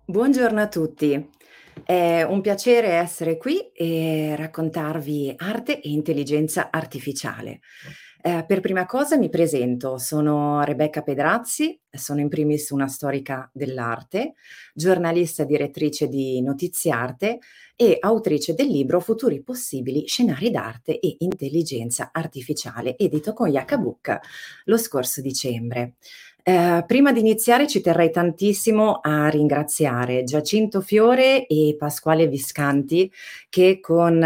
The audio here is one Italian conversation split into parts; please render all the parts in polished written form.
Buongiorno a tutti. È un piacere essere qui e raccontarvi arte e intelligenza artificiale. Per prima cosa mi presento, sono Rebecca Pedrazzi, sono in primis una storica dell'arte, giornalista e direttrice di Notiziarte e autrice del libro Futuri possibili, scenari d'arte e intelligenza artificiale, edito con Yacabook lo scorso dicembre. Prima di iniziare ci terrei tantissimo a ringraziare Giacinto Fiore e Pasquale Viscanti che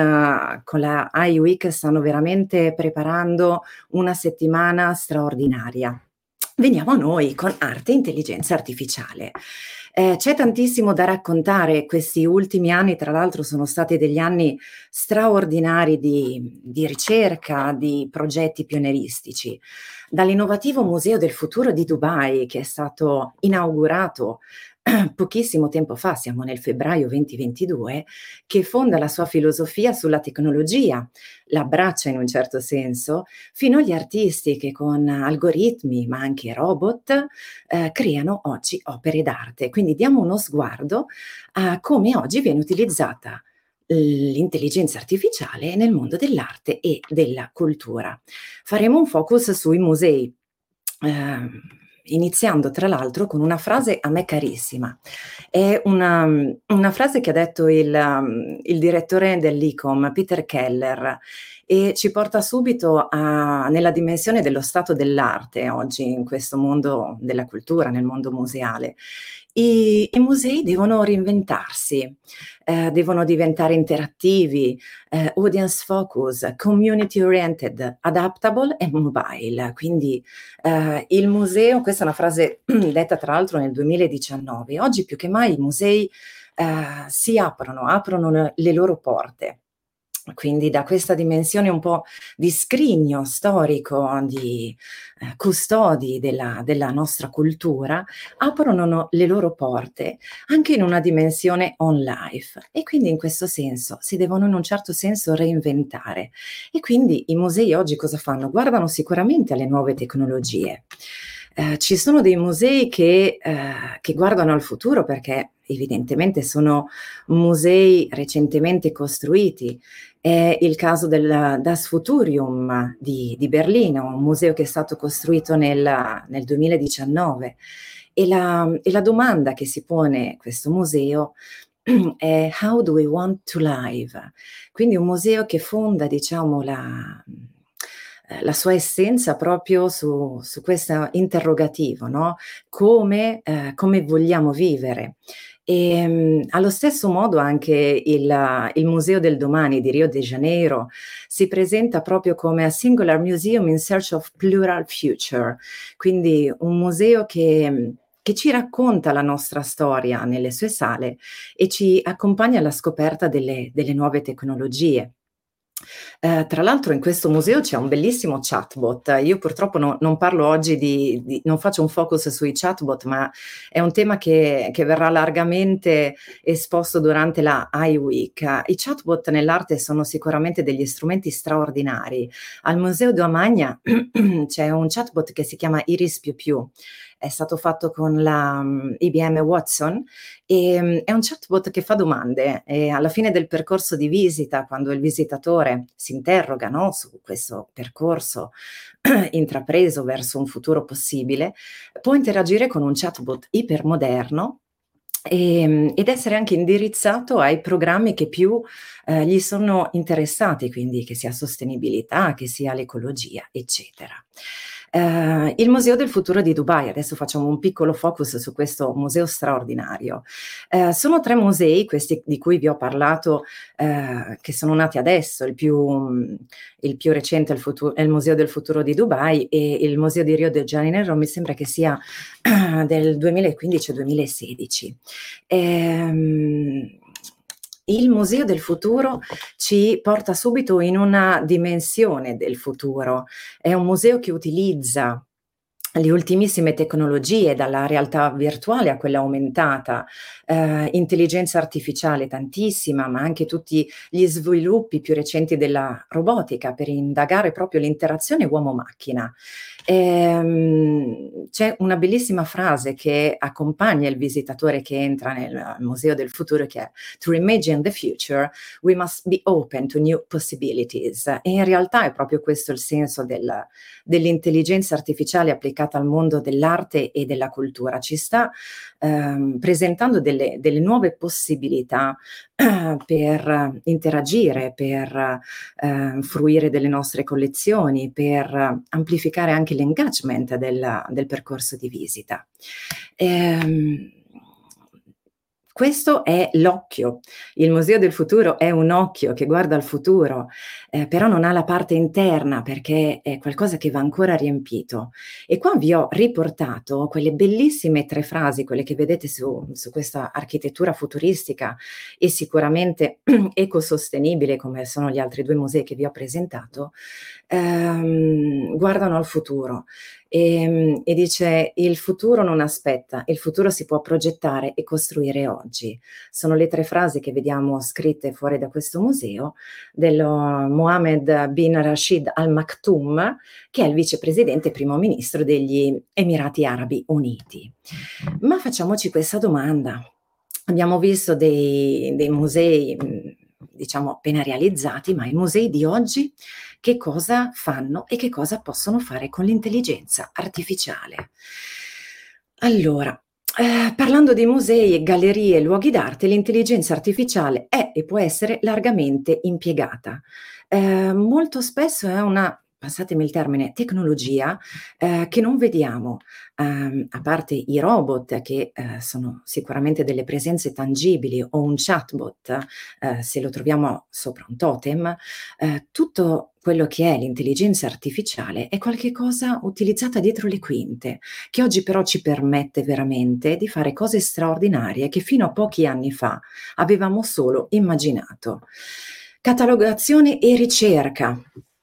con la iWeek stanno veramente preparando una settimana straordinaria. Veniamo a noi con arte e intelligenza artificiale. C'è tantissimo da raccontare, questi ultimi anni tra l'altro sono stati degli anni straordinari di ricerca, di progetti pionieristici. Dall'innovativo Museo del Futuro di Dubai, che è stato inaugurato pochissimo tempo fa, siamo nel febbraio 2022, che fonda la sua filosofia sulla tecnologia, l'abbraccia in un certo senso, fino agli artisti che con algoritmi, ma anche robot, creano oggi opere d'arte. Quindi diamo uno sguardo a come oggi viene utilizzata l'intelligenza artificiale nel mondo dell'arte e della cultura. Faremo un focus sui musei, ehm, iniziando tra l'altro con una frase a me carissima. È una frase che ha detto il direttore dell'ICOM, Peter Keller, e ci porta subito nella dimensione dello stato dell'arte oggi in questo mondo della cultura, nel mondo museale. I musei devono reinventarsi, devono diventare interattivi, audience focus, community oriented, adaptable e mobile. Quindi il museo, questa è una frase detta tra l'altro nel 2019, oggi più che mai i musei si aprono le loro porte. Quindi da questa dimensione un po' di scrigno storico, di custodi della nostra cultura, aprono le loro porte anche in una dimensione on life e quindi in questo senso si devono in un certo senso reinventare. E quindi i musei oggi cosa fanno? Guardano sicuramente alle nuove tecnologie. Ci sono dei musei che guardano al futuro perché evidentemente sono musei recentemente costruiti. È il caso del Das Futurium di Berlino, un museo che è stato costruito nel 2019. E la domanda che si pone questo museo è How do we want to live? Quindi un museo che fonda, diciamo, la sua essenza proprio su questo interrogativo, no? Come vogliamo vivere? Allo stesso modo anche il Museo del Domani di Rio de Janeiro si presenta proprio come a singular museum in search of plural future, quindi un museo che ci racconta la nostra storia nelle sue sale e ci accompagna alla scoperta delle nuove tecnologie. Tra l'altro in questo museo c'è un bellissimo chatbot. Io purtroppo non parlo oggi non faccio un focus sui chatbot, ma è un tema che verrà largamente esposto durante la iWeek. I chatbot nell'arte sono sicuramente degli strumenti straordinari. Al Museo Domagna c'è un chatbot che si chiama Iris Piu Piu. È stato fatto con la IBM Watson e è un chatbot che fa domande e alla fine del percorso di visita, quando il visitatore si interroga, no, su questo percorso intrapreso verso un futuro possibile, può interagire con un chatbot ipermoderno ed essere anche indirizzato ai programmi che più gli sono interessati, quindi che sia sostenibilità, che sia l'ecologia, eccetera. Il Museo del Futuro di Dubai, adesso facciamo un piccolo focus su questo museo straordinario. Sono 3 musei, questi di cui vi ho parlato, che sono nati adesso, il più recente è il Museo del Futuro di Dubai e il Museo di Rio de Janeiro mi sembra che sia del 2015-2016. Ehm, il Museo del Futuro ci porta subito in una dimensione del futuro. È un museo che utilizza le ultimissime tecnologie, dalla realtà virtuale a quella aumentata, intelligenza artificiale tantissima, ma anche tutti gli sviluppi più recenti della robotica per indagare proprio l'interazione uomo-macchina. C'è una bellissima frase che accompagna il visitatore che entra nel Museo del Futuro che è: "To reimagine the future, we must be open to new possibilities." E in realtà è proprio questo il senso dell'intelligenza artificiale applicata al mondo dell'arte e della cultura. Ci sta presentando delle nuove possibilità per interagire, per fruire delle nostre collezioni, per amplificare anche l'engagement del percorso di visita. Ehm, Questo è l'occhio. Il Museo del Futuro è un occhio che guarda al futuro, però non ha la parte interna perché è qualcosa che va ancora riempito. E qua vi ho riportato quelle bellissime 3 frasi, quelle che vedete su questa architettura futuristica e sicuramente ecosostenibile, come sono gli altri 2 musei che vi ho presentato, guardano al futuro. E dice: "Il futuro non aspetta, il futuro si può progettare e costruire oggi." Sono le 3 frasi che vediamo scritte fuori da questo museo dello Mohammed bin Rashid Al Maktoum, che è il vicepresidente e primo ministro degli Emirati Arabi Uniti. Ma facciamoci questa domanda: abbiamo visto dei musei, diciamo appena realizzati, ma i musei di oggi che cosa fanno e che cosa possono fare con l'intelligenza artificiale? Allora, parlando di musei, gallerie e luoghi d'arte, l'intelligenza artificiale è e può essere largamente impiegata. Molto spesso è una, passatemi il termine, tecnologia, che non vediamo, a parte i robot che, sono sicuramente delle presenze tangibili o un chatbot, se lo troviamo sopra un totem, tutto quello che è l'intelligenza artificiale è qualche cosa utilizzata dietro le quinte, che oggi però ci permette veramente di fare cose straordinarie che fino a pochi anni fa avevamo solo immaginato. Catalogazione e ricerca.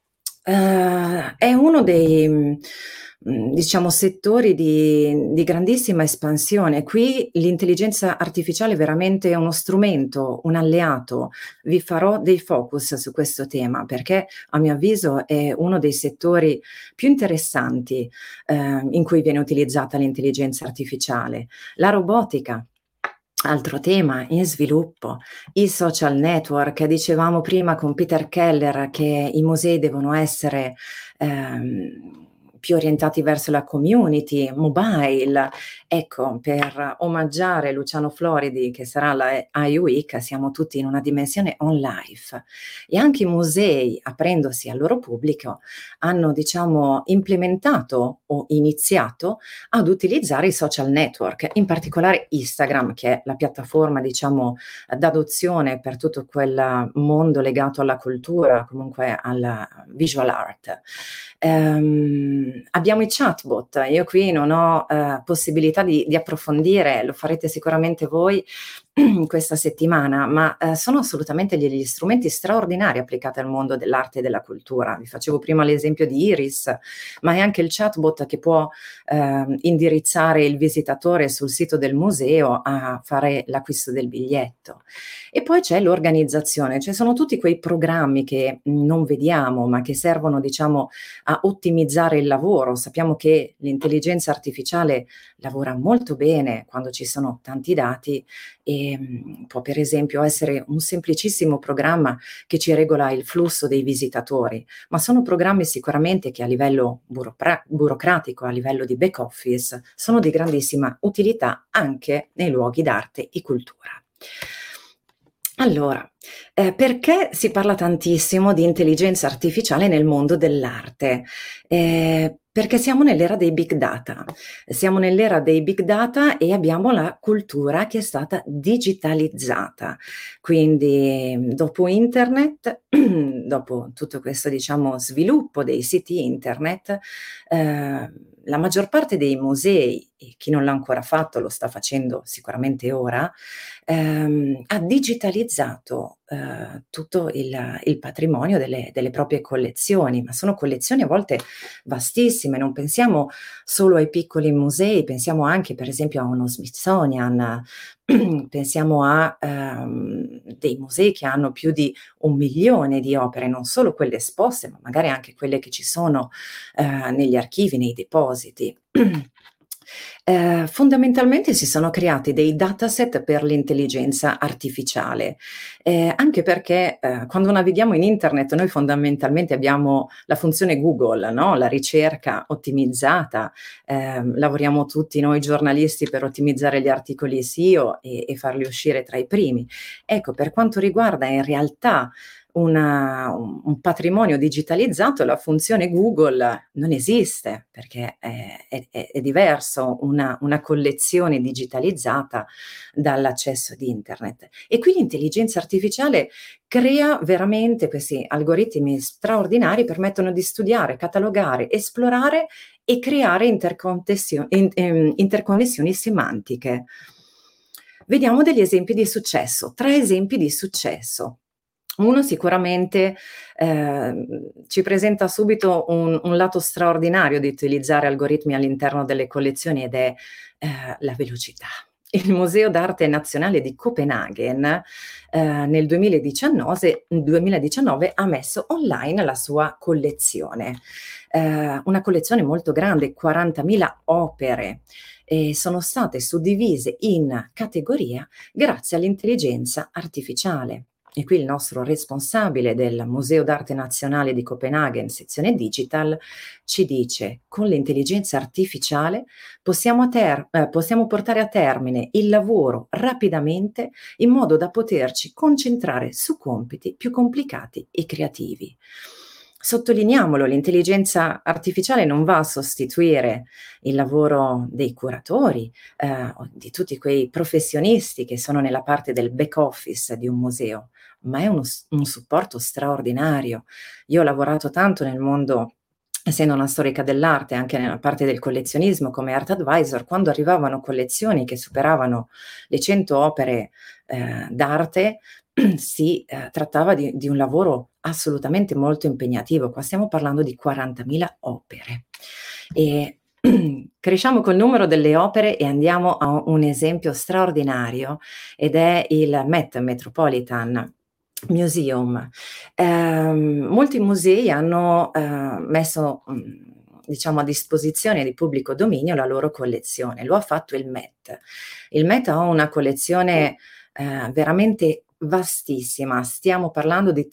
È uno dei, diciamo settori di grandissima espansione. Qui l'intelligenza artificiale è veramente uno strumento, un alleato. Vi farò dei focus su questo tema perché a mio avviso è uno dei settori più interessanti, in cui viene utilizzata l'intelligenza artificiale. La robotica, altro tema in sviluppo, i social network, dicevamo prima con Peter Keller che i musei devono essere, più orientati verso la community, mobile. Ecco, per omaggiare Luciano Floridi, che sarà alla AI Week, siamo tutti in una dimensione on life e anche i musei, aprendosi al loro pubblico, hanno diciamo implementato o iniziato ad utilizzare i social network, in particolare Instagram, che è la piattaforma, diciamo, d'adozione per tutto quel mondo legato alla cultura, comunque alla visual art. Abbiamo i chatbot, io qui non ho possibilità di approfondire, lo farete sicuramente voi questa settimana, ma sono assolutamente degli strumenti straordinari applicati al mondo dell'arte e della cultura. Vi facevo prima l'esempio di Iris, ma è anche il chatbot che può indirizzare il visitatore sul sito del museo a fare l'acquisto del biglietto. E poi c'è l'organizzazione, cioè sono tutti quei programmi che non vediamo, ma che servono, diciamo, a ottimizzare il lavoro. Sappiamo che l'intelligenza artificiale lavora molto bene quando ci sono tanti dati e può per esempio essere un semplicissimo programma che ci regola il flusso dei visitatori, ma sono programmi sicuramente che a livello burocratico, a livello di back office, sono di grandissima utilità anche nei luoghi d'arte e cultura. Allora, perché si parla tantissimo di intelligenza artificiale nel mondo dell'arte? Perché siamo nell'era dei big data. Siamo nell'era dei big data e abbiamo la cultura che è stata digitalizzata. Quindi dopo internet, dopo tutto questo diciamo sviluppo dei siti internet, la maggior parte dei musei, e chi non l'ha ancora fatto lo sta facendo sicuramente ora, ha digitalizzato, tutto il patrimonio delle proprie collezioni, ma sono collezioni a volte vastissime, tantissime, non pensiamo solo ai piccoli musei, pensiamo anche per esempio a uno Smithsonian, pensiamo a, dei musei che hanno più di 1.000.000 di opere, non solo quelle esposte, ma magari anche quelle che ci sono, negli archivi, nei depositi. Fondamentalmente si sono creati dei dataset per l'intelligenza artificiale, anche perché, quando navighiamo in internet noi fondamentalmente abbiamo la funzione Google, no, la ricerca ottimizzata, lavoriamo tutti noi giornalisti per ottimizzare gli articoli SEO e farli uscire tra i primi. Ecco, per quanto riguarda in realtà un patrimonio digitalizzato, la funzione Google non esiste, perché è diverso una collezione digitalizzata dall'accesso ad internet. E qui l'intelligenza artificiale crea veramente questi algoritmi straordinari, permettono di studiare, catalogare, esplorare e creare interconnessioni semantiche. Vediamo degli esempi di successo, 3 esempi di successo. Uno sicuramente, ci presenta subito un lato straordinario di utilizzare algoritmi all'interno delle collezioni ed è, la velocità. Il Museo d'Arte Nazionale di Copenaghen, nel 2019 ha messo online la sua collezione. Una collezione molto grande, 40.000 opere, e sono state suddivise in categoria grazie all'intelligenza artificiale. E qui il nostro responsabile del Museo d'Arte Nazionale di Copenaghen, sezione digital, ci dice: con l'intelligenza artificiale possiamo portare a termine il lavoro rapidamente in modo da poterci concentrare su compiti più complicati e creativi. Sottolineiamolo, l'intelligenza artificiale non va a sostituire il lavoro dei curatori, o di tutti quei professionisti che sono nella parte del back office di un museo, ma è un supporto straordinario. Io ho lavorato tanto nel mondo, essendo una storica dell'arte, anche nella parte del collezionismo come art advisor, quando arrivavano collezioni che superavano le 100 opere, d'arte, si, trattava di un lavoro assolutamente molto impegnativo. Qua stiamo parlando di 40.000 opere. E cresciamo col numero delle opere e andiamo a un esempio straordinario ed è il Met, Metropolitan Museum. Molti musei hanno, messo, diciamo a disposizione di pubblico dominio la loro collezione. Lo ha fatto il Met. Il Met ha una collezione, veramente vastissima. Stiamo parlando di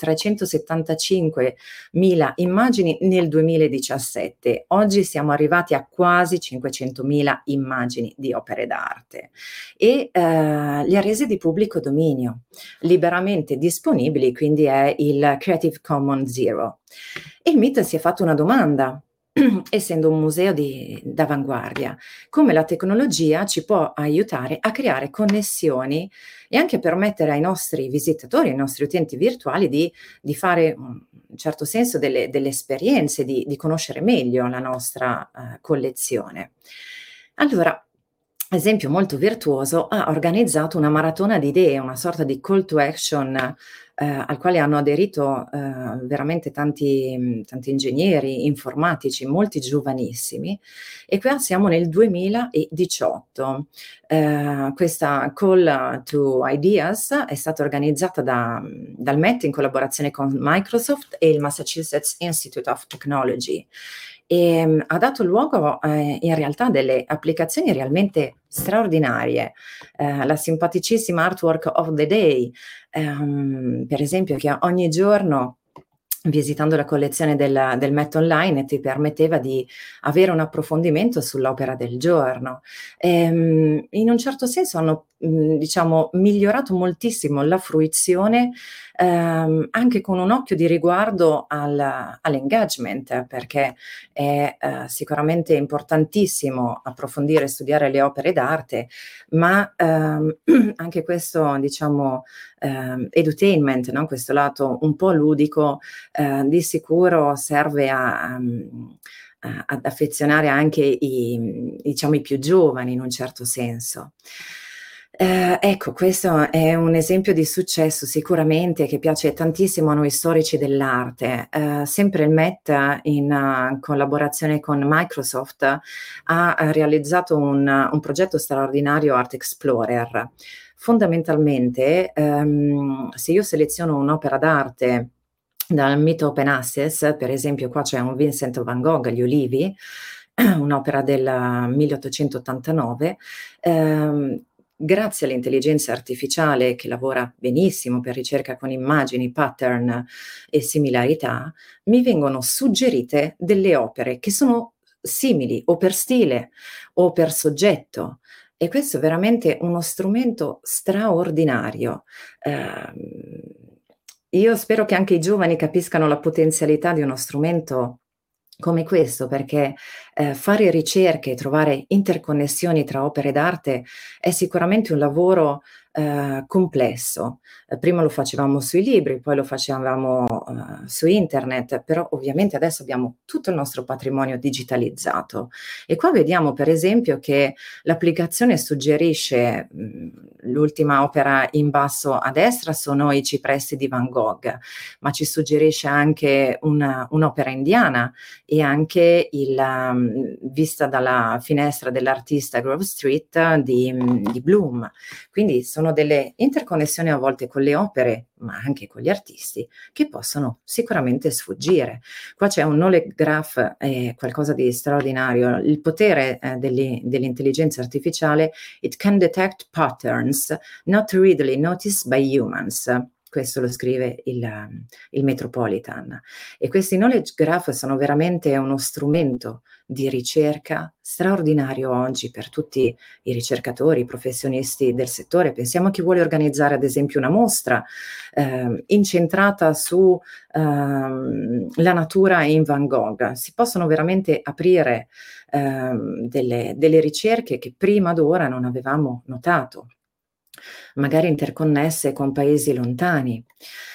375.000 immagini nel 2017. Oggi siamo arrivati a quasi 500.000 immagini di opere d'arte e, li ha resi di pubblico dominio, liberamente disponibili, quindi è il Creative Commons Zero. E il MIT si è fatto una domanda, essendo un museo d'avanguardia: come la tecnologia ci può aiutare a creare connessioni e anche permettere ai nostri visitatori, ai nostri utenti virtuali di fare, in certo senso, delle esperienze, di conoscere meglio la nostra, collezione. Allora, esempio molto virtuoso, ha organizzato una maratona di idee, una sorta di call to action, al quale hanno aderito, veramente tanti ingegneri informatici, molti giovanissimi, e qua siamo nel 2018. Questa call to ideas è stata organizzata dal MET in collaborazione con Microsoft e il Massachusetts Institute of Technology. Ha dato luogo, in realtà, a delle applicazioni realmente straordinarie. La simpaticissima Artwork of the Day, per esempio, che ogni giorno, visitando la collezione del Met Online, ti permetteva di avere un approfondimento sull'opera del giorno. In un certo senso hanno, diciamo, migliorato moltissimo la fruizione, anche con un occhio di riguardo all'engagement, perché è, sicuramente importantissimo approfondire e studiare le opere d'arte, ma, anche questo, diciamo, edutainment, no, questo lato un po' ludico, di sicuro serve ad affezionare anche diciamo, i più giovani, in un certo senso. Ecco, questo è un esempio di successo sicuramente che piace tantissimo a noi storici dell'arte. Sempre il Met in collaborazione con Microsoft ha realizzato un progetto straordinario Art Explorer. Fondamentalmente, se io seleziono un'opera d'arte dal Meet Open Access, per esempio qua c'è un Vincent van Gogh, Gli Ulivi, un'opera del 1889, grazie all'intelligenza artificiale che lavora benissimo per ricerca con immagini, pattern e similarità, mi vengono suggerite delle opere che sono simili o per stile o per soggetto e questo è veramente uno strumento straordinario. Io spero che anche i giovani capiscano la potenzialità di uno strumento come questo, perché, fare ricerche e trovare interconnessioni tra opere d'arte è sicuramente un lavoro, complesso. Prima lo facevamo sui libri, poi lo facevamo, su internet, però ovviamente adesso abbiamo tutto il nostro patrimonio digitalizzato. E qua vediamo per esempio che l'applicazione suggerisce, l'ultima opera in basso a destra sono i cipressi di Van Gogh, ma ci suggerisce anche un'opera indiana e anche vista dalla finestra dell'artista Grove Street di Bloom. Quindi sono delle interconnessioni a volte con le opere, ma anche con gli artisti, che possono sicuramente sfuggire. Qua c'è un knowledge graph, qualcosa di straordinario. Il potere dell'intelligenza artificiale, it can detect patterns not readily noticed by humans. Questo lo scrive il Metropolitan. E questi knowledge graph sono veramente uno strumento di ricerca straordinario oggi per tutti i ricercatori, i professionisti del settore. Pensiamo a chi vuole organizzare ad esempio una mostra incentrata su la natura in Van Gogh. Si possono veramente aprire delle ricerche che prima d'ora non avevamo notato, magari interconnesse con paesi lontani.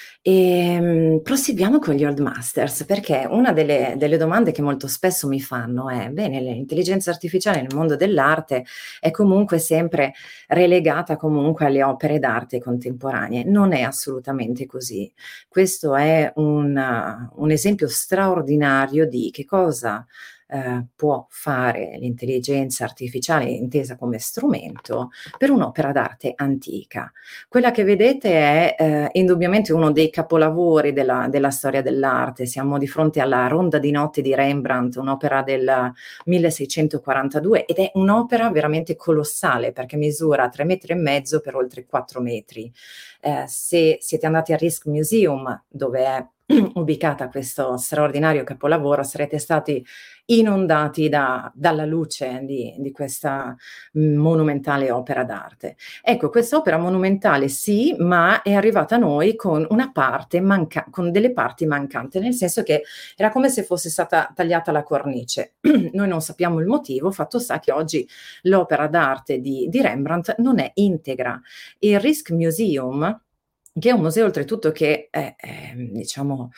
Proseguiamo con gli Old Masters, perché una delle domande che molto spesso mi fanno è: bene, l'intelligenza artificiale nel mondo dell'arte è comunque sempre relegata comunque alle opere d'arte contemporanee. Non è assolutamente così. Questo è un esempio straordinario di che cosa può fare l'intelligenza artificiale intesa come strumento per un'opera d'arte antica. Quella che vedete è indubbiamente uno dei capolavori della storia dell'arte. Siamo di fronte alla Ronda di notte di Rembrandt, un'opera del 1642 ed è un'opera veramente colossale perché misura 3,5 metri per oltre 4 metri. Se siete andati al Rijksmuseum, dove è ubicata questo straordinario capolavoro, sarete stati inondati dalla luce di questa monumentale opera d'arte. Ecco, quest'opera monumentale sì, ma è arrivata a noi con una parte con delle parti mancanti, nel senso che era come se fosse stata tagliata la cornice. Noi non sappiamo il motivo, fatto sta che oggi l'opera d'arte di Rembrandt non è integra. Il Rijksmuseum, che è un museo oltretutto che è diciamo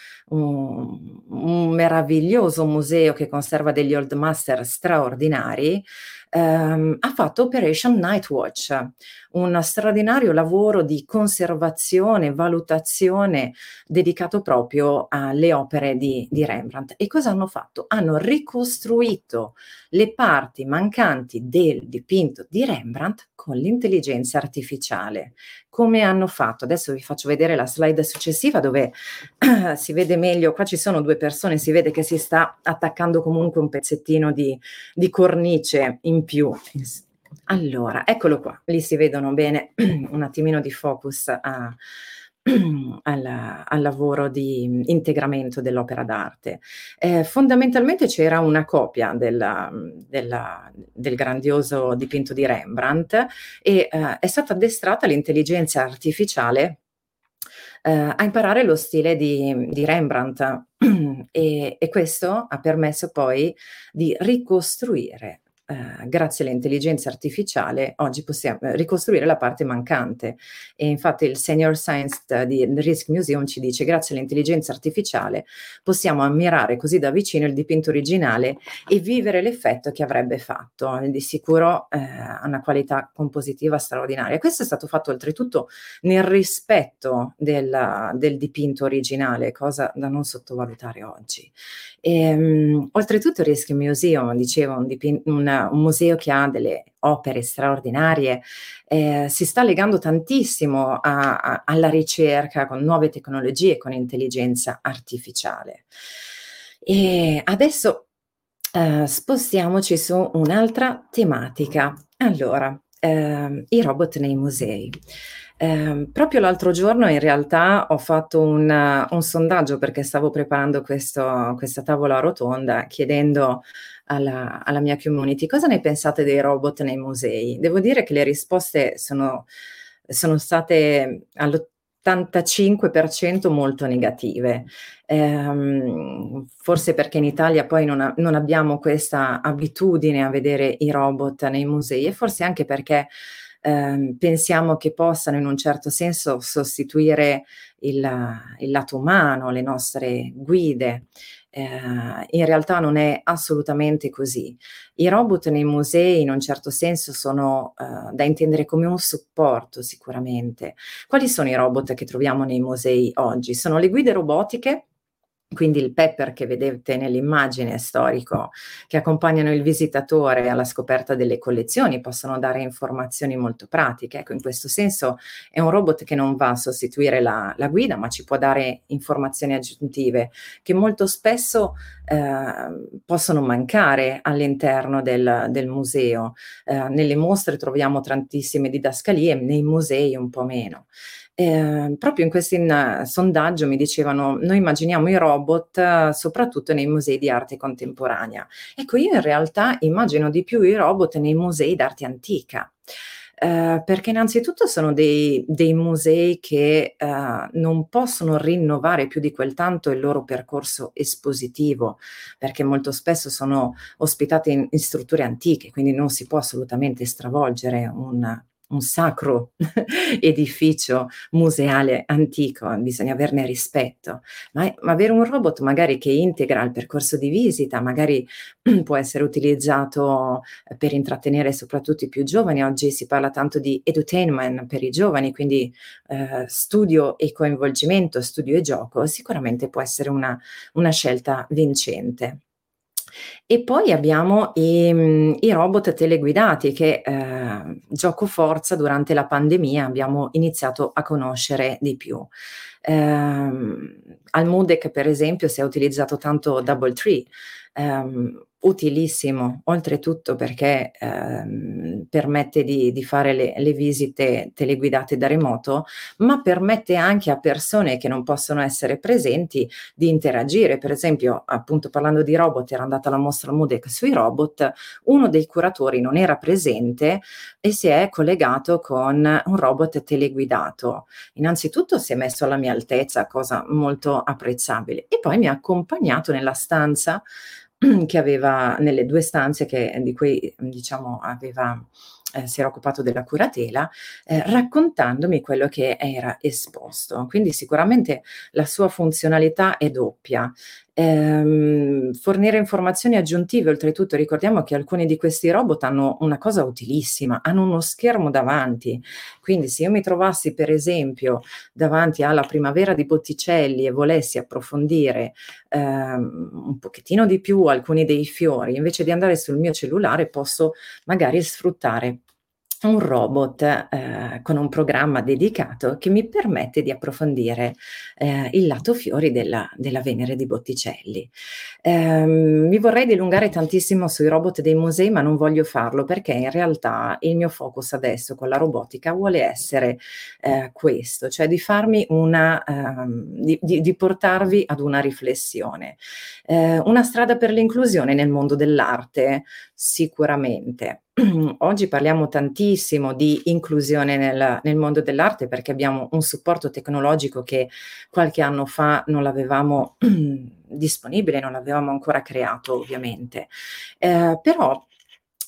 un meraviglioso museo che conserva degli old master straordinari, ha fatto Operation Nightwatch, un straordinario lavoro di conservazione, valutazione dedicato proprio alle opere di Rembrandt. E cosa hanno fatto? Hanno ricostruito le parti mancanti del dipinto di Rembrandt con l'intelligenza artificiale. Come hanno fatto? Adesso vi faccio vedere la slide successiva dove si vede meglio, qua ci sono 2 persone, si vede che si sta attaccando comunque un pezzettino di cornice in più. Allora, eccolo qua, lì si vedono bene un attimino di focus al lavoro di integramento dell'opera d'arte. Fondamentalmente c'era una copia del grandioso dipinto di Rembrandt e è stata addestrata l'intelligenza artificiale a imparare lo stile di Rembrandt e questo ha permesso poi di ricostruire grazie all'intelligenza artificiale oggi possiamo ricostruire la parte mancante. E infatti il Senior Science di Risk Museum ci dice: grazie all'intelligenza artificiale possiamo ammirare così da vicino il dipinto originale e vivere l'effetto che avrebbe fatto. Di sicuro ha una qualità compositiva straordinaria. Questo è stato fatto oltretutto nel rispetto del dipinto originale, cosa da non sottovalutare oggi. Oltretutto il Risk Museum, dicevo, un museo che ha delle opere straordinarie, si sta legando tantissimo alla ricerca con nuove tecnologie, con intelligenza artificiale. E adesso spostiamoci su un'altra tematica. Allora, i robot nei musei. Proprio l'altro giorno in realtà ho fatto un sondaggio perché stavo preparando questa tavola rotonda chiedendo alla mia community: cosa ne pensate dei robot nei musei? Devo dire che le risposte sono state all'85% molto negative. Forse perché in Italia poi non abbiamo questa abitudine a vedere i robot nei musei, e forse anche perché pensiamo che possano in un certo senso sostituire il lato umano, le nostre guide. In realtà non è assolutamente così. I robot nei musei in un certo senso sono da intendere come un supporto sicuramente. Quali sono i robot che troviamo nei musei oggi? Sono le guide robotiche, quindi il Pepper che vedete nell'immagine storico, che accompagnano il visitatore alla scoperta delle collezioni, possono dare informazioni molto pratiche. Ecco, in questo senso è un robot che non va a sostituire la guida, ma ci può dare informazioni aggiuntive che molto spesso possono mancare all'interno del museo. Nelle mostre troviamo tantissime didascalie, nei musei un po' meno. Proprio in questo sondaggio mi dicevano: noi immaginiamo i robot soprattutto nei musei di arte contemporanea. Ecco, io in realtà immagino di più i robot nei musei d'arte antica. Perché innanzitutto sono dei musei che non possono rinnovare più di quel tanto il loro percorso espositivo, perché molto spesso sono ospitate in strutture antiche, quindi non si può assolutamente stravolgere un sacro edificio museale antico, bisogna averne rispetto. Ma avere un robot magari che integra il percorso di visita, magari può essere utilizzato per intrattenere soprattutto i più giovani. Oggi si parla tanto di edutainment per i giovani, quindi studio e coinvolgimento, studio e gioco, sicuramente può essere una scelta vincente. E poi abbiamo i robot teleguidati che, gioco forza durante la pandemia abbiamo iniziato a conoscere di più. Al MUDEC per esempio si è utilizzato tanto DoubleTree, utilissimo oltretutto perché, permette di fare le visite teleguidate da remoto, ma permette anche a persone che non possono essere presenti di interagire. Per esempio, appunto parlando di robot, era andata alla mostra MUDEC sui robot, uno dei curatori non era presente e si è collegato con un robot teleguidato. Innanzitutto si è messo alla mia altezza, cosa molto apprezzabile, e poi mi ha accompagnato nella stanza che aveva, nelle 2 stanze di cui diciamo si era occupato della curatela, raccontandomi quello che era esposto. Quindi sicuramente la sua funzionalità è doppia. Fornire informazioni aggiuntive, oltretutto ricordiamo che alcuni di questi robot hanno una cosa utilissima, hanno uno schermo davanti, quindi se io mi trovassi per esempio davanti alla Primavera di Botticelli e volessi approfondire un pochettino di più alcuni dei fiori, invece di andare sul mio cellulare posso magari sfruttare un robot con un programma dedicato che mi permette di approfondire il lato fiori della Venere di Botticelli. Mi vorrei dilungare tantissimo sui robot dei musei, ma non voglio farlo perché in realtà il mio focus adesso con la robotica vuole essere questo, cioè di farmi di portarvi ad una riflessione. Una strada per l'inclusione nel mondo dell'arte? Sicuramente. Oggi parliamo tantissimo di inclusione nel mondo dell'arte perché abbiamo un supporto tecnologico che qualche anno fa non l'avevamo disponibile, non l'avevamo ancora creato ovviamente. Però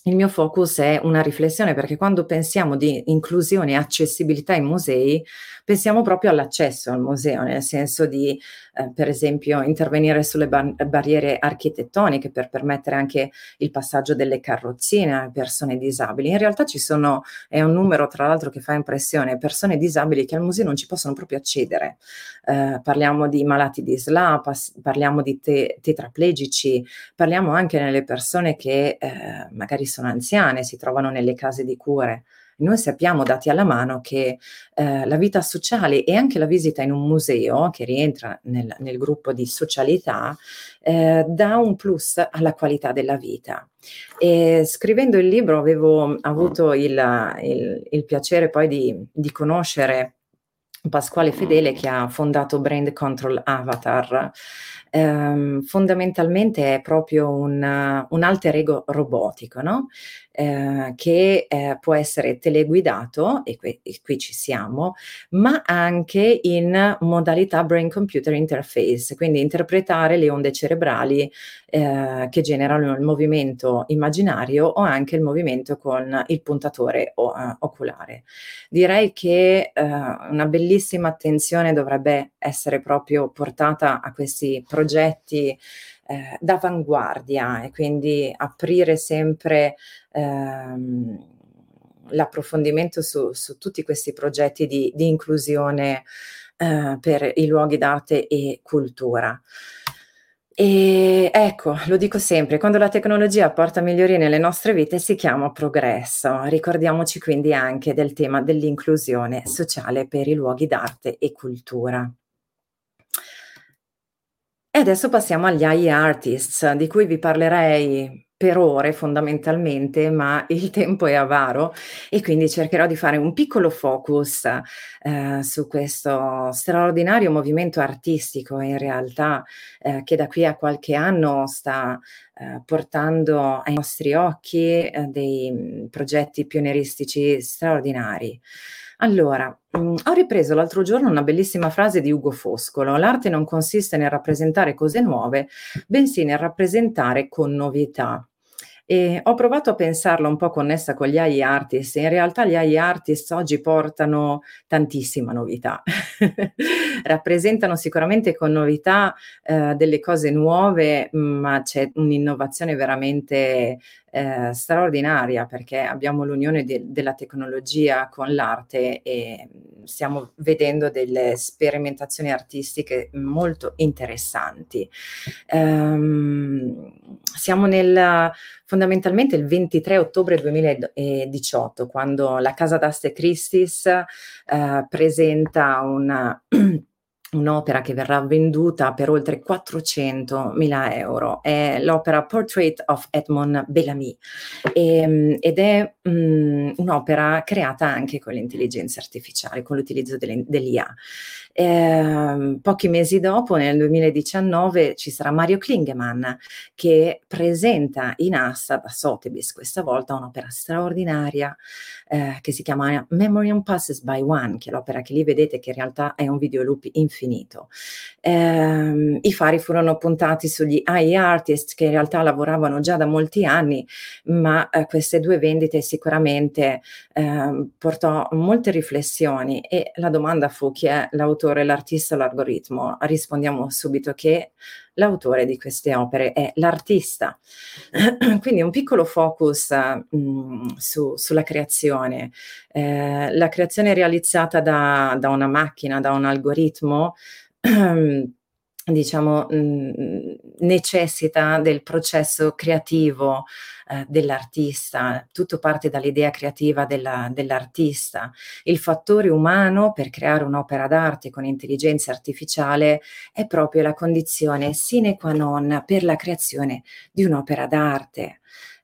il mio focus è una riflessione, perché quando pensiamo di inclusione e accessibilità in musei, pensiamo proprio all'accesso al museo, nel senso di, per esempio, intervenire sulle barriere architettoniche per permettere anche il passaggio delle carrozzine a persone disabili. In realtà è un numero tra l'altro che fa impressione, persone disabili che al museo non ci possono proprio accedere. Parliamo di malati di SLA, parliamo di tetraplegici, parliamo anche nelle persone che, magari sono anziane, si trovano nelle case di cure. Noi sappiamo, dati alla mano, che, la vita sociale e anche la visita in un museo, che rientra nel gruppo di socialità, dà un plus alla qualità della vita. Scrivendo il libro avevo avuto il piacere poi di conoscere Pasquale Fedele, che ha fondato Brain Control Avatar. Fondamentalmente è proprio un alter ego robotico, no, che, può essere teleguidato, e qui ci siamo, ma anche in modalità brain computer interface, quindi interpretare le onde cerebrali, che generano il movimento immaginario o anche il movimento con il puntatore oculare. Direi che, una bellissima attenzione dovrebbe essere proprio portata a questi progetti, d'avanguardia, e quindi aprire sempre, l'approfondimento su tutti questi progetti di inclusione, per i luoghi d'arte e cultura. Ecco, lo dico sempre, quando la tecnologia porta migliorie nelle nostre vite si chiama progresso. Ricordiamoci quindi anche del tema dell'inclusione sociale per i luoghi d'arte e cultura. E adesso passiamo agli AI artists, di cui vi parlerei per ore fondamentalmente, ma il tempo è avaro e quindi cercherò di fare un piccolo focus, su questo straordinario movimento artistico in realtà, che da qui a qualche anno sta, portando ai nostri occhi, dei, progetti pionieristici straordinari. Allora, ho ripreso l'altro giorno una bellissima frase di Ugo Foscolo: "L'arte non consiste nel rappresentare cose nuove, bensì nel rappresentare con novità". Ho provato a pensarla un po' connessa con gli AI artist, e in realtà gli AI artist oggi portano tantissima novità. Rappresentano sicuramente con novità, delle cose nuove, ma c'è un'innovazione veramente, straordinaria, perché abbiamo l'unione della tecnologia con l'arte e, stiamo vedendo delle sperimentazioni artistiche molto interessanti. Siamo fondamentalmente il 23 ottobre 2018, quando la casa d'aste Christie's, presenta un'opera che verrà venduta per oltre 400.000 euro. È l'opera Portrait of Edmond Bellamy, ed è un'opera creata anche con l'intelligenza artificiale, con l'utilizzo dell'IA. Pochi mesi dopo, nel 2019, ci sarà Mario Klingemann, che presenta in asta da Sotheby's questa volta un'opera straordinaria, che si chiama Memoriam Passes by One, che è l'opera che lì vedete, che in realtà è un videoloop infinito. I fari furono puntati sugli AI artist, che in realtà lavoravano già da molti anni, ma queste due vendite sicuramente portò molte riflessioni, e la domanda fu: chi è l'autore, l'artista o l'algoritmo? Rispondiamo subito che l'autore di queste opere è l'artista. Quindi un piccolo focus, sulla creazione. La creazione realizzata da una macchina, da un algoritmo, diciamo, necessita del processo creativo, dell'artista. Tutto parte dall'idea creativa dell'artista. Il fattore umano per creare un'opera d'arte con intelligenza artificiale è proprio la condizione sine qua non per la creazione di un'opera d'arte.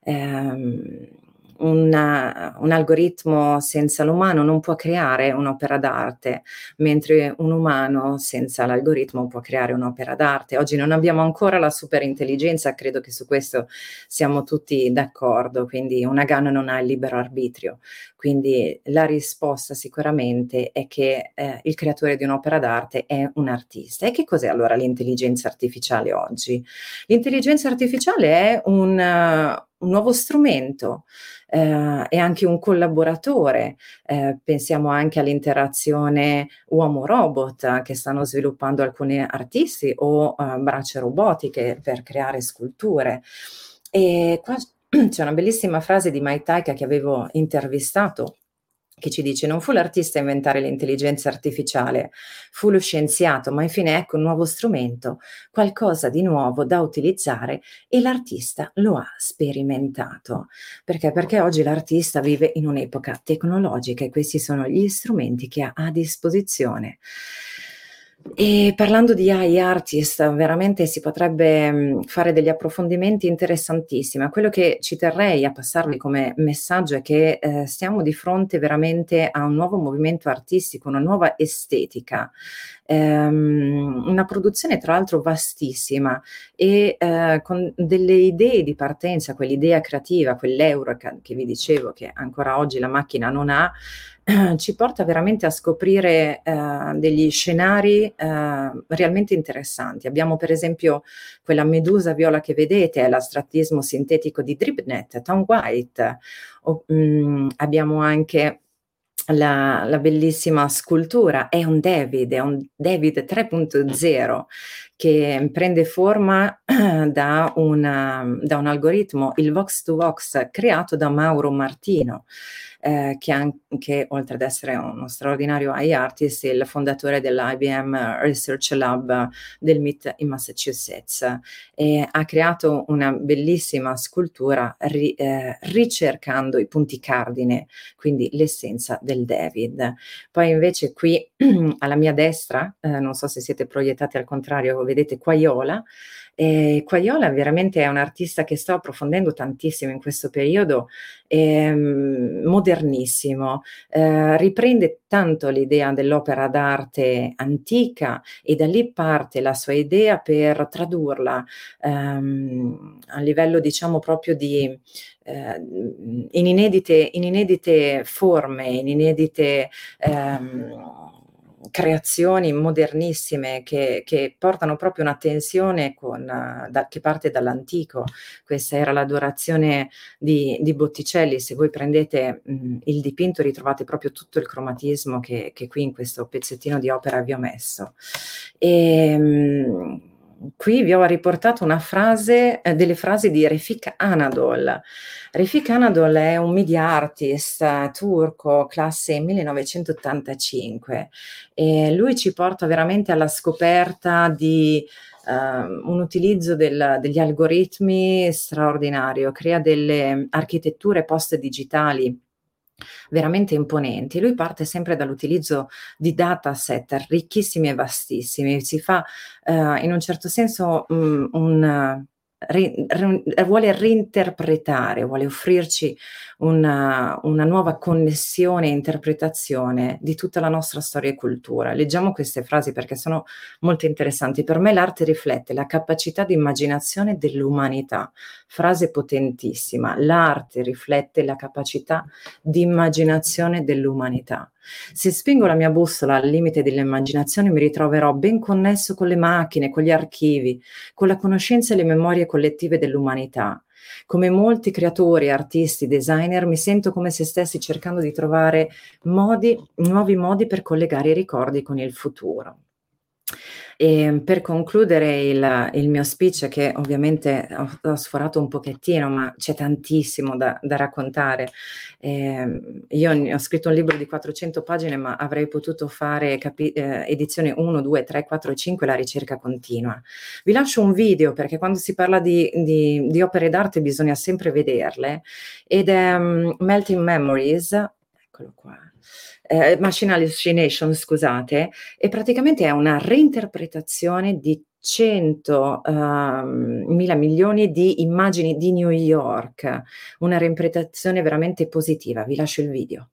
Un algoritmo senza l'umano non può creare un'opera d'arte, mentre un umano senza l'algoritmo può creare un'opera d'arte. Oggi non abbiamo ancora la super intelligenza, credo che su questo siamo tutti d'accordo, quindi una GAN non ha il libero arbitrio. Quindi la risposta sicuramente è che, il creatore di un'opera d'arte è un artista. E che cos'è allora l'intelligenza artificiale oggi? L'intelligenza artificiale è un nuovo strumento, e anche un collaboratore. Pensiamo anche all'interazione uomo-robot che stanno sviluppando alcuni artisti o, braccia robotiche per creare sculture. E qua c'è una bellissima frase di Mike Tyka che avevo intervistato, che ci dice: "Non fu l'artista a inventare l'intelligenza artificiale, fu lo scienziato, ma infine ecco un nuovo strumento, qualcosa di nuovo da utilizzare e l'artista lo ha sperimentato". Perché? Perché oggi l'artista vive in un'epoca tecnologica e questi sono gli strumenti che ha a disposizione. E parlando di AI artist, veramente si potrebbe, fare degli approfondimenti interessantissimi. Ma quello che ci terrei a passarvi come messaggio è che, stiamo di fronte veramente a un nuovo movimento artistico, una nuova estetica, una produzione tra l'altro vastissima e, con delle idee di partenza, quell'idea creativa, quell'eureka che vi dicevo che ancora oggi la macchina non ha, ci porta veramente a scoprire, degli scenari, realmente interessanti. Abbiamo per esempio quella medusa viola che vedete, è l'astrattismo sintetico di Dribnet, Tom White, abbiamo anche la bellissima scultura, è un David 3.0 che prende forma da un algoritmo, il Vox to Vox, creato da Mauro Martino, che anche oltre ad essere uno straordinario AI artist, è il fondatore dell'IBM Research Lab del MIT in Massachusetts. E ha creato una bellissima scultura ricercando i punti cardine, quindi l'essenza del David. Poi invece qui alla mia destra, non so se siete proiettati al contrario, vedete Quaiola. Quaiola veramente è un artista che sto approfondendo tantissimo in questo periodo, modernissimo, riprende tanto l'idea dell'opera d'arte antica e da lì parte la sua idea per tradurla, a livello diciamo proprio di in inedite forme, in inedite creazioni modernissime che portano proprio una tensione che parte dall'antico. Questa era l'adorazione di Botticelli. Se voi prendete il dipinto ritrovate proprio tutto il cromatismo che qui in questo pezzettino di opera vi ho messo. Qui vi ho riportato una frase, delle frasi di Refik Anadol. Refik Anadol è un media artist turco, classe 1985, e lui ci porta veramente alla scoperta di un utilizzo degli algoritmi straordinario, crea delle architetture post-digitali veramente imponenti. Lui parte sempre dall'utilizzo di dataset ricchissimi e vastissimi, si fa in un certo senso vuole reinterpretare, vuole offrirci una nuova connessione e interpretazione di tutta la nostra storia e cultura. Leggiamo queste frasi perché sono molto interessanti. Per me l'arte riflette la capacità di immaginazione dell'umanità. Frase potentissima. L'arte riflette la capacità di immaginazione dell'umanità. Se spingo la mia bussola al limite dell'immaginazione mi ritroverò ben connesso con le macchine, con gli archivi, con la conoscenza e le memorie collettive dell'umanità. Come molti creatori, artisti, designer, mi sento come se stessi cercando di trovare nuovi modi per collegare i ricordi con il futuro. E per concludere il mio speech, che ovviamente ho sforato un pochettino, ma c'è tantissimo da raccontare. Io ho scritto un libro di 400 pagine, ma avrei potuto fare edizione 1, 2, 3, 4 e 5, la ricerca continua. Vi lascio un video perché quando si parla di opere d'arte bisogna sempre vederle, ed è Melting Memories, eccolo qua. Machine Hallucination, scusate, e praticamente è una reinterpretazione di 100 mila milioni di immagini di New York, una reinterpretazione veramente positiva. Vi lascio il video.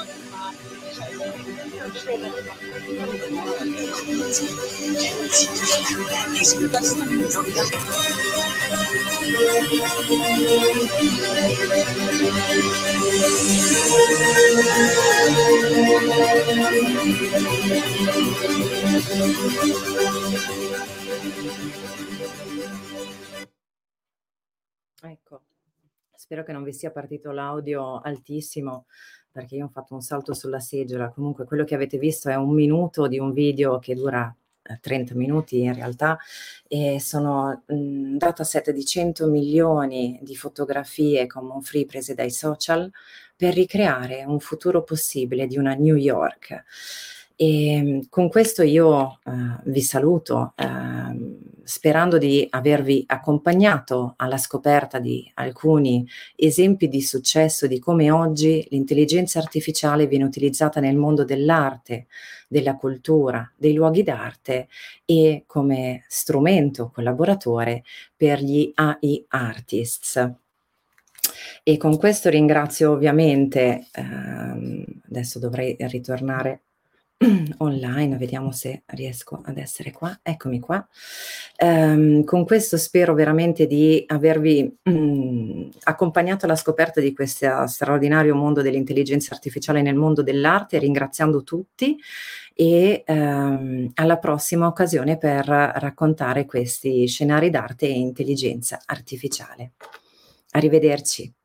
Ecco, spero che non vi sia partito l'audio altissimo, perché io ho fatto un salto sulla seggiola. Comunque quello che avete visto è 1 minuto di un video che dura, 30 minuti in realtà, e sono, dataset di 100 milioni di fotografie common free prese dai social per ricreare un futuro possibile di una New York. Con questo io, vi saluto, sperando di avervi accompagnato alla scoperta di alcuni esempi di successo di come oggi l'intelligenza artificiale viene utilizzata nel mondo dell'arte, della cultura, dei luoghi d'arte e come strumento collaboratore per gli AI artists. E con questo ringrazio ovviamente, adesso dovrei ritornare online, vediamo se riesco ad essere qua. Eccomi qua. Con questo spero veramente di avervi, accompagnato alla scoperta di questo straordinario mondo dell'intelligenza artificiale nel mondo dell'arte, ringraziando tutti e, alla prossima occasione per raccontare questi scenari d'arte e intelligenza artificiale. Arrivederci.